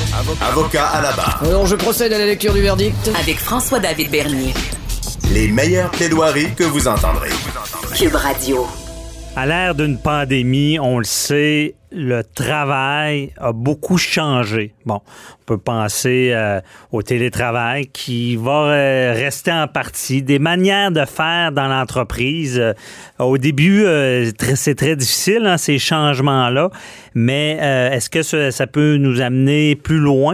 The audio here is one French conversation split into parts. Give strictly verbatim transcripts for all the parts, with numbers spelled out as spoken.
Avocat à la barre. Alors, je procède à la lecture du verdict. Avec François-David Bernier. Les meilleures plaidoiries que vous entendrez. Cube Radio. À l'ère d'une pandémie, on le sait, le travail a beaucoup changé. Bon, on peut penser euh, au télétravail qui va euh, rester en partie. Des manières de faire dans l'entreprise. Euh, au début, euh, c'est très difficile, hein, ces changements-là, mais euh, est-ce que ça, ça peut nous amener plus loin?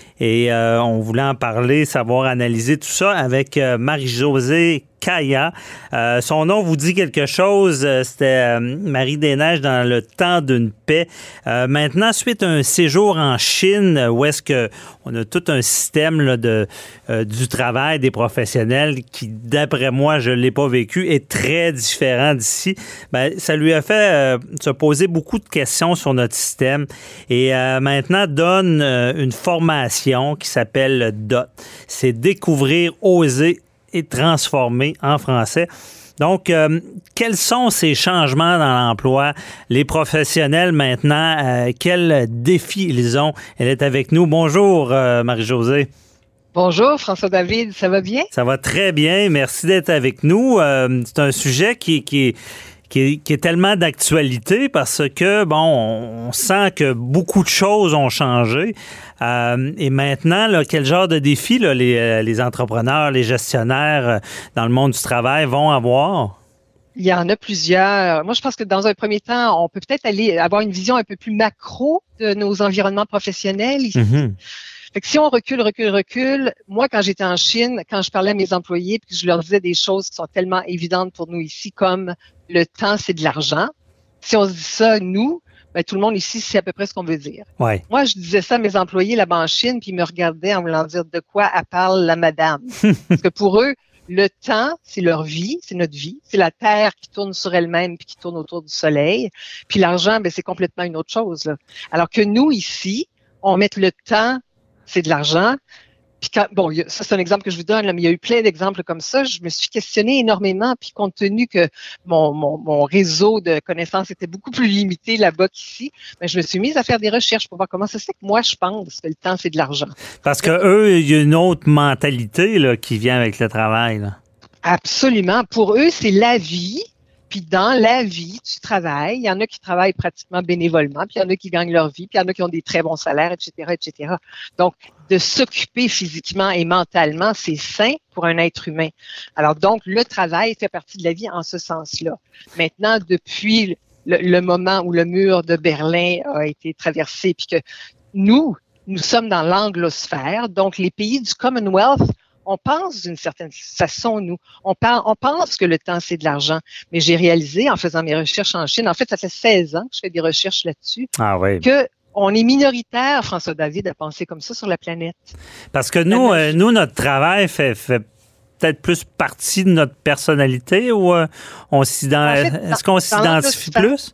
Et euh, on voulait en parler, savoir analyser tout ça avec euh, Marie-Josée Kaya. Euh, son nom vous dit quelque chose. C'était euh, Marie des Neiges dans Le Temps d'une paix. Euh, maintenant, suite à un séjour en Chine, où est-ce que on a tout un système là, de euh, du travail des professionnels qui, d'après moi, je l'ai pas vécu, est très différent d'ici. Ben, ça lui a fait euh, se poser beaucoup de questions sur notre système et euh, maintenant donne euh, une formation qui s'appelle D O T. C'est découvrir, oser et transformer en français. Donc, euh, quels sont ces changements dans l'emploi? Les professionnels maintenant, euh, quels défis ils ont? Elle est avec nous. Bonjour, euh, Marie-Josée. Bonjour, François-David, ça va bien? Ça va très bien. Merci d'être avec nous. Euh, c'est un sujet qui, qui est... Qui est, qui est tellement d'actualité parce que, bon, on sent que beaucoup de choses ont changé. Euh, et maintenant, là, quel genre de défis là, les, les entrepreneurs, les gestionnaires dans le monde du travail vont avoir? Il y en a plusieurs. Moi, je pense que dans un premier temps, on peut peut-être aller avoir une vision un peu plus macro de nos environnements professionnels ici. Mm-hmm. Fait que si on recule, recule, recule, moi, quand j'étais en Chine, quand je parlais à mes employés, puis je leur disais des choses qui sont tellement évidentes pour nous ici, comme le temps, c'est de l'argent. Si on se dit ça, nous, ben, tout le monde ici, c'est à peu près ce qu'on veut dire. Ouais. Moi, je disais ça à mes employés là-bas en Chine, puis ils me regardaient en voulant dire de quoi elle parle la madame. Parce que pour eux, le temps, c'est leur vie, c'est notre vie. C'est la Terre qui tourne sur elle-même puis qui tourne autour du Soleil. Puis l'argent, ben, c'est complètement une autre chose, là. Alors que nous, ici, on met le temps, c'est de l'argent. Puis quand, bon, ça c'est un exemple que je vous donne, là, mais il y a eu plein d'exemples comme ça. Je me suis questionnée énormément, puis compte tenu que mon, mon, mon réseau de connaissances était beaucoup plus limité là-bas qu'ici, ben, je me suis mise à faire des recherches pour voir comment ça se fait que moi je pense que le temps c'est de l'argent. Parce que eux, il y a une autre mentalité là, qui vient avec le travail, là. Absolument. Pour eux, c'est la vie. Puis dans la vie, tu travailles. Il y en a qui travaillent pratiquement bénévolement, puis il y en a qui gagnent leur vie, puis il y en a qui ont des très bons salaires, et cetera, et cetera. Donc, de s'occuper physiquement et mentalement, c'est sain pour un être humain. Alors donc, le travail fait partie de la vie en ce sens-là. Maintenant, depuis le, le moment où le mur de Berlin a été traversé, puis que nous, nous sommes dans l'anglosphère, donc les pays du Commonwealth, on pense d'une certaine façon, nous, on, parle, on pense que le temps, c'est de l'argent. Mais j'ai réalisé, en faisant mes recherches en Chine, en fait, ça fait seize ans que je fais des recherches là-dessus, ah oui. que on est minoritaire, François-David, à penser comme ça sur la planète. Parce que nous, euh, nous notre travail fait, fait peut-être plus partie de notre personnalité ou euh, on s'ident... en fait, est-ce qu'on s'identifie plus?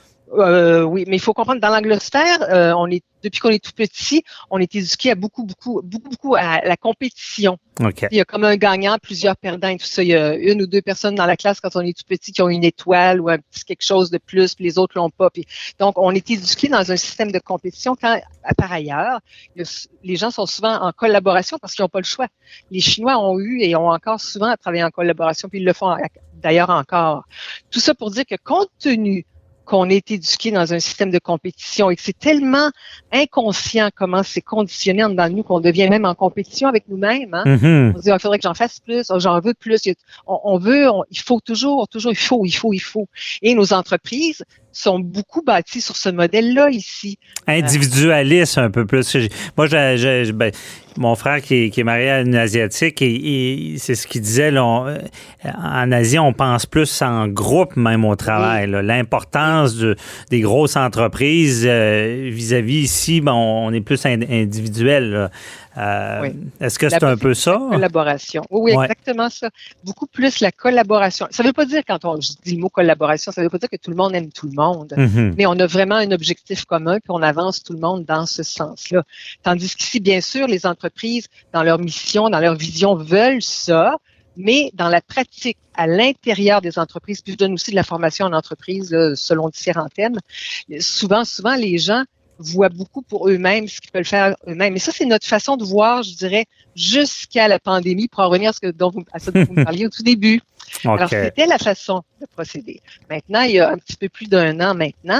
Euh, oui, mais il faut comprendre, dans l'anglosphère, euh, on est depuis qu'on est tout petit, on est éduqué à beaucoup, beaucoup, beaucoup, beaucoup à la compétition. Okay. Il y a comme un gagnant, plusieurs perdants et tout ça. Il y a une ou deux personnes dans la classe quand on est tout petit qui ont une étoile ou un petit quelque chose de plus, puis les autres l'ont pas. Puis, donc, on est éduqué dans un système de compétition quand, par ailleurs, les gens sont souvent en collaboration parce qu'ils n'ont pas le choix. Les Chinois ont eu et ont encore souvent à travailler en collaboration, puis ils le font d'ailleurs encore. Tout ça pour dire que compte tenu qu'on est éduqué dans un système de compétition et que c'est tellement inconscient comment c'est conditionné en dedans de nous qu'on devient même en compétition avec nous-mêmes. Hein? Mm-hmm. On se dit, il oh, faudrait que j'en fasse plus, oh, j'en veux plus. On, on veut, on, il faut toujours, toujours, il faut, il faut, il faut. Et nos entreprises sont beaucoup bâties sur ce modèle-là ici. Individualiste un peu plus. Moi, j'ai, j'ai, ben, mon frère qui est, qui est marié à une Asiatique, et, et c'est ce qu'il disait, là, on, en Asie, on pense plus en groupe même au travail. Oui. Là. L'importance de, des grosses entreprises euh, vis-à-vis ici, ben, on est plus individuel. Là. Euh, oui. Est-ce que c'est la, un peu ça? La collaboration. Oui, oui, ouais. Exactement ça. Beaucoup plus la collaboration. Ça ne veut pas dire, quand on dit le mot collaboration, ça ne veut pas dire que tout le monde aime tout le monde. Mm-hmm. Mais on a vraiment un objectif commun, puis on avance tout le monde dans ce sens-là. Tandis qu'ici, bien sûr, les entreprises, dans leur mission, dans leur vision, veulent ça, mais dans la pratique, à l'intérieur des entreprises, puis je donne aussi de la formation en entreprise là, selon différents thèmes, souvent, souvent, les gens voient beaucoup pour eux-mêmes ce qu'ils peuvent faire eux-mêmes. Et ça, c'est notre façon de voir, je dirais, jusqu'à la pandémie, pour en revenir à ce, que, dont vous, à ce dont vous me parliez au tout début. Okay. Alors, c'était la façon de procéder. Maintenant, il y a un petit peu plus d'un an maintenant,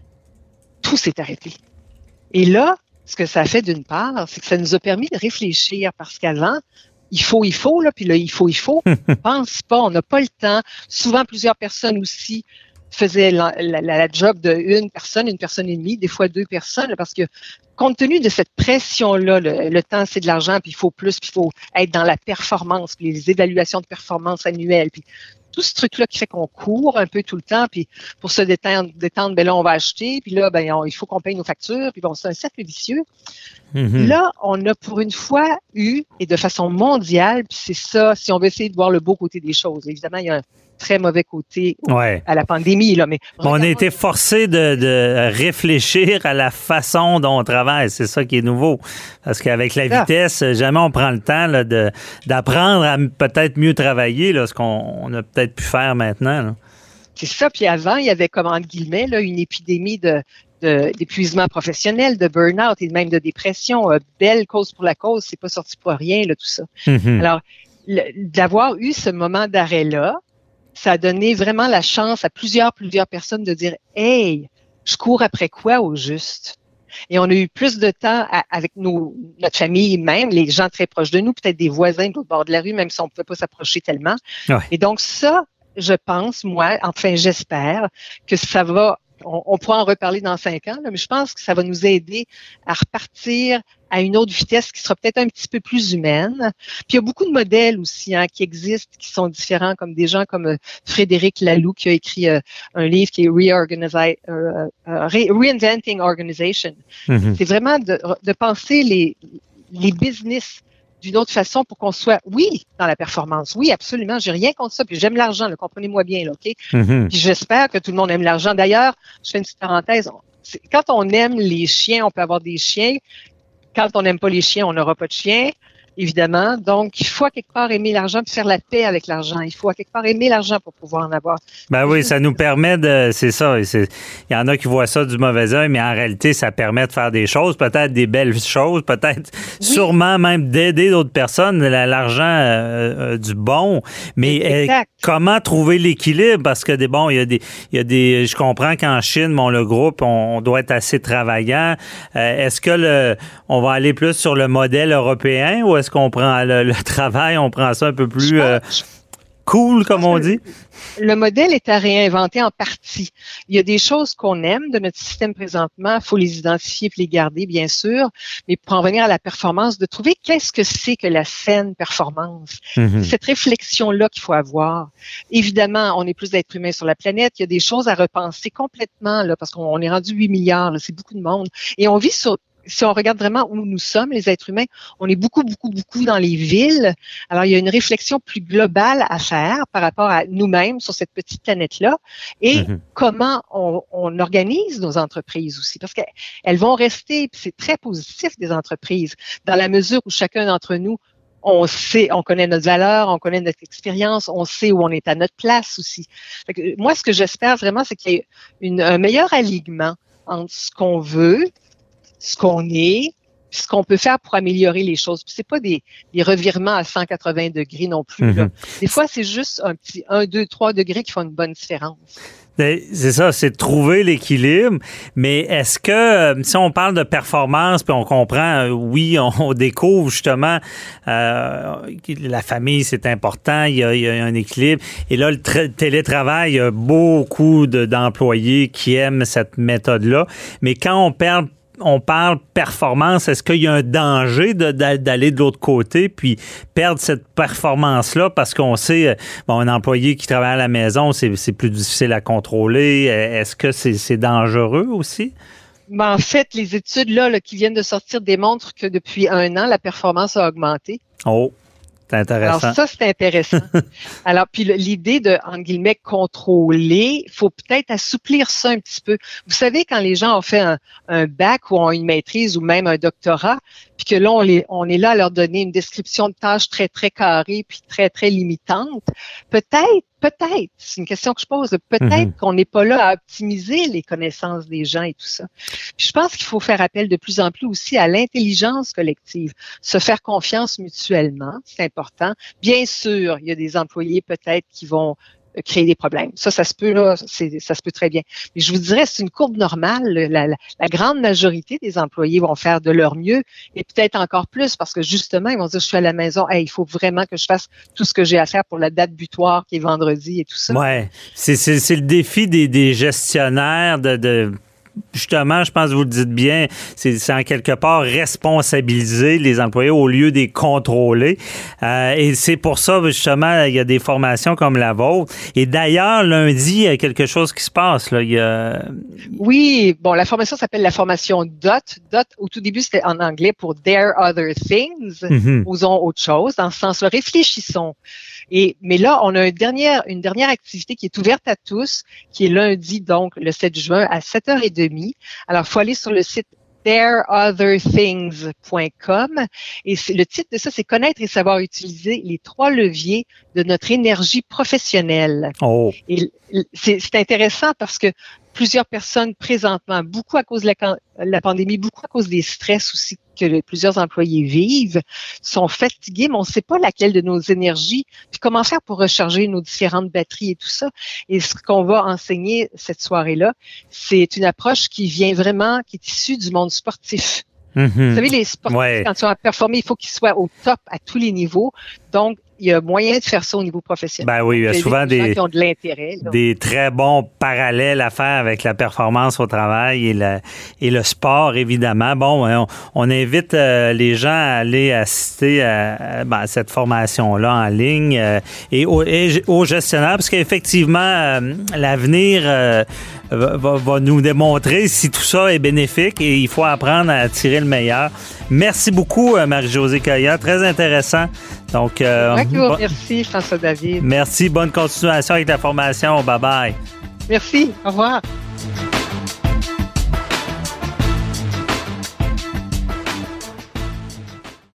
tout s'est arrêté. Et là, ce que ça a fait d'une part, c'est que ça nous a permis de réfléchir parce qu'avant, il faut, il faut, là, puis là, il faut, il faut. On pense pas, on n'a pas le temps. Souvent, plusieurs personnes aussi faisaient la, la, la job d'une personne, une personne et demie, des fois deux personnes, parce que compte tenu de cette pression-là, le, le temps, c'est de l'argent, puis il faut plus, puis il faut être dans la performance, puis les évaluations de performance annuelles, puis tout ce truc-là qui fait qu'on court un peu tout le temps, puis pour se détendre, détendre, ben là, on va acheter, puis là, ben on, il faut qu'on paye nos factures, puis bon, c'est un cercle vicieux. Mm-hmm. Là, on a pour une fois eu, et de façon mondiale, puis c'est ça, si on veut essayer de voir le beau côté des choses, évidemment, il y a un très mauvais côté ouais. à la pandémie. Là, mais on a été forcé de, de réfléchir à la façon dont on travaille. C'est ça qui est nouveau. Parce qu'avec la ça. vitesse, jamais on prend le temps là, de, d'apprendre à peut-être mieux travailler, là, ce qu'on on a peut-être pu faire maintenant. Là. C'est ça. Puis avant, il y avait, comme entre guillemets, là, une épidémie de, de, d'épuisement professionnel, de burn-out et même de dépression. Euh, belle cause pour la cause, c'est pas sorti pour rien, là, tout ça. Mm-hmm. Alors, le, d'avoir eu ce moment d'arrêt-là, ça a donné vraiment la chance à plusieurs, plusieurs personnes de dire « Hey, je cours après quoi au juste? » Et on a eu plus de temps à, avec nos, notre famille même, les gens très proches de nous, peut-être des voisins de l'autre bord de la rue, même si on ne pouvait pas s'approcher tellement. Ouais. Et donc ça, je pense, moi, enfin j'espère que ça va, on, on pourra en reparler dans cinq ans, là, mais je pense que ça va nous aider à repartir à une autre vitesse qui sera peut-être un petit peu plus humaine. Puis il y a beaucoup de modèles aussi hein, qui existent, qui sont différents, comme des gens comme euh, Frédéric Laloux qui a écrit euh, un livre qui est Reorganize, euh, euh, Re- Reinventing Organization. Mm-hmm. C'est vraiment de, de penser les, les business d'une autre façon pour qu'on soit, oui, dans la performance. Oui, absolument, j'ai rien contre ça. Puis j'aime l'argent, là, comprenez-moi bien, là, OK? Mm-hmm. Puis j'espère que tout le monde aime l'argent. D'ailleurs, je fais une petite parenthèse. C'est, quand on aime les chiens, on peut avoir des chiens. Quand on n'aime pas les chiens, on n'aura pas de chiens, évidemment. Donc, il faut à quelque part aimer l'argent puis faire la paix avec l'argent. Il faut à quelque part aimer l'argent pour pouvoir en avoir. Ben oui, ça nous permet de... C'est ça. C'est, il y en a qui voient ça du mauvais œil, mais en réalité, ça permet de faire des choses, peut-être des belles choses, peut-être oui. sûrement même d'aider d'autres personnes, l'argent euh, euh, du bon. Mais euh, comment trouver l'équilibre? Parce que des bon, il y a des... Il y a des je comprends qu'en Chine, bon, le groupe, on, on doit être assez travaillant. Euh, est-ce que le... On va aller plus sur le modèle européen ou est-ce qu'on prend le, le travail, on prend ça un peu plus euh, cool, comme on dit? Le modèle est à réinventer en partie. Il y a des choses qu'on aime de notre système présentement, il faut les identifier et les garder, bien sûr, mais pour en venir à la performance, de trouver qu'est-ce que c'est que la saine performance. Mm-hmm. C'est cette réflexion-là qu'il faut avoir. Évidemment, on est plus d'êtres humains sur la planète, il y a des choses à repenser complètement, là, parce qu'on est rendu huit milliards, là, c'est beaucoup de monde, et on vit sur si on regarde vraiment où nous sommes, les êtres humains, on est beaucoup, beaucoup, beaucoup dans les villes. Alors, il y a une réflexion plus globale à faire par rapport à nous-mêmes sur cette petite planète-là et mm-hmm. comment on, on organise nos entreprises aussi. Parce qu'elles vont rester, puis c'est très positif des entreprises, dans la mesure où chacun d'entre nous on sait, on connaît notre valeur, on connaît notre expérience, on sait où on est à notre place aussi. Fait que, moi, ce que j'espère vraiment, c'est qu'il y ait une, un meilleur alignement entre ce qu'on veut, ce qu'on est, puis ce qu'on peut faire pour améliorer les choses. Puis c'est pas des, des revirements à cent quatre-vingts degrés non plus. Mm-hmm. Là. Des fois, c'est juste un petit un, deux, trois degrés qui font une bonne différence. C'est ça, c'est de trouver l'équilibre. Mais est-ce que, si on parle de performance, puis on comprend, oui, on, on découvre justement euh, la famille, c'est important, il y, a, il y a un équilibre. Et là, le tra- télétravail, il y a beaucoup de, d'employés qui aiment cette méthode-là. Mais quand on perd on parle performance, est-ce qu'il y a un danger de, d'aller de l'autre côté puis perdre cette performance-là parce qu'on sait, bon, un employé qui travaille à la maison, c'est, c'est plus difficile à contrôler. Est-ce que c'est, c'est dangereux aussi? Ben, en fait, les études là, là qui viennent de sortir démontrent que depuis un an, la performance a augmenté. Oh! C'est intéressant. Alors ça, c'est intéressant. Alors, puis l'idée de, en guillemets, contrôler, il faut peut-être assouplir ça un petit peu. Vous savez, quand les gens ont fait un, un bac ou ont une maîtrise ou même un doctorat, puis que là, on, les, on est là à leur donner une description de tâches très, très carrée puis très, très limitante, peut-être peut-être, c'est une question que je pose, peut-être mm-hmm. qu'on n'est pas là à optimiser les connaissances des gens et tout ça. Puis je pense qu'il faut faire appel de plus en plus aussi à l'intelligence collective, se faire confiance mutuellement, c'est important. Bien sûr, il y a des employés peut-être qui vont créer des problèmes. Ça, ça se peut, là, c'est, ça se peut très bien. Mais je vous dirais, c'est une courbe normale. La, la, la grande majorité des employés vont faire de leur mieux et peut-être encore plus parce que justement, ils vont dire, je suis à la maison, hey, il faut vraiment que je fasse tout ce que j'ai à faire pour la date butoir qui est vendredi et tout ça. Ouais, c'est, c'est, c'est le défi des, des gestionnaires de, de... Justement, je pense que vous le dites bien, c'est, c'est en quelque part responsabiliser les employés au lieu de les contrôler. Euh, et c'est pour ça, justement, il y a des formations comme la vôtre. Et d'ailleurs, lundi, il y a quelque chose qui se passe. Là. Il y a... Oui, bon, la formation s'appelle la formation D O T. D O T, au tout début, c'était en anglais pour Dare Other Things. Mm-hmm. Osons autre chose. Dans ce sens-là, réfléchissons. Et, mais là, on a une dernière, une dernière activité qui est ouverte à tous, qui est lundi, donc, le sept juin, à sept heures trente. Alors, il faut aller sur le site dare other things point com et c'est, le titre de ça, c'est connaître et savoir utiliser les trois leviers de notre énergie professionnelle. Oh. Et c'est, c'est intéressant parce que plusieurs personnes présentement, beaucoup à cause de la, la pandémie, beaucoup à cause des stress aussi que le, plusieurs employés vivent, sont fatigués, mais on ne sait pas laquelle de nos énergies, puis comment faire pour recharger nos différentes batteries et tout ça. Et ce qu'on va enseigner cette soirée-là, c'est une approche qui vient vraiment, qui est issue du monde sportif. Mm-hmm. Vous savez, les sportifs, ouais. quand ils sont à performer, il faut qu'ils soient au top à tous les niveaux. Donc, il y a moyen de faire ça au niveau professionnel. Ben oui, il y a il y souvent des, des, qui ont de l'intérêt, des très bons parallèles à faire avec la performance au travail et, la, et le sport, évidemment. Bon, on, on invite euh, les gens à aller assister à, à, ben, à cette formation-là en ligne euh, et, au, et aux gestionnaires, parce qu'effectivement, euh, l'avenir euh, va, va nous démontrer si tout ça est bénéfique et il faut apprendre à tirer le meilleur. Merci beaucoup, Marie-Josée Caillat. Très intéressant. Donc, euh, ouais, bon, merci, François David. Merci. Bonne continuation avec la formation. Bye-bye. Merci. Au revoir.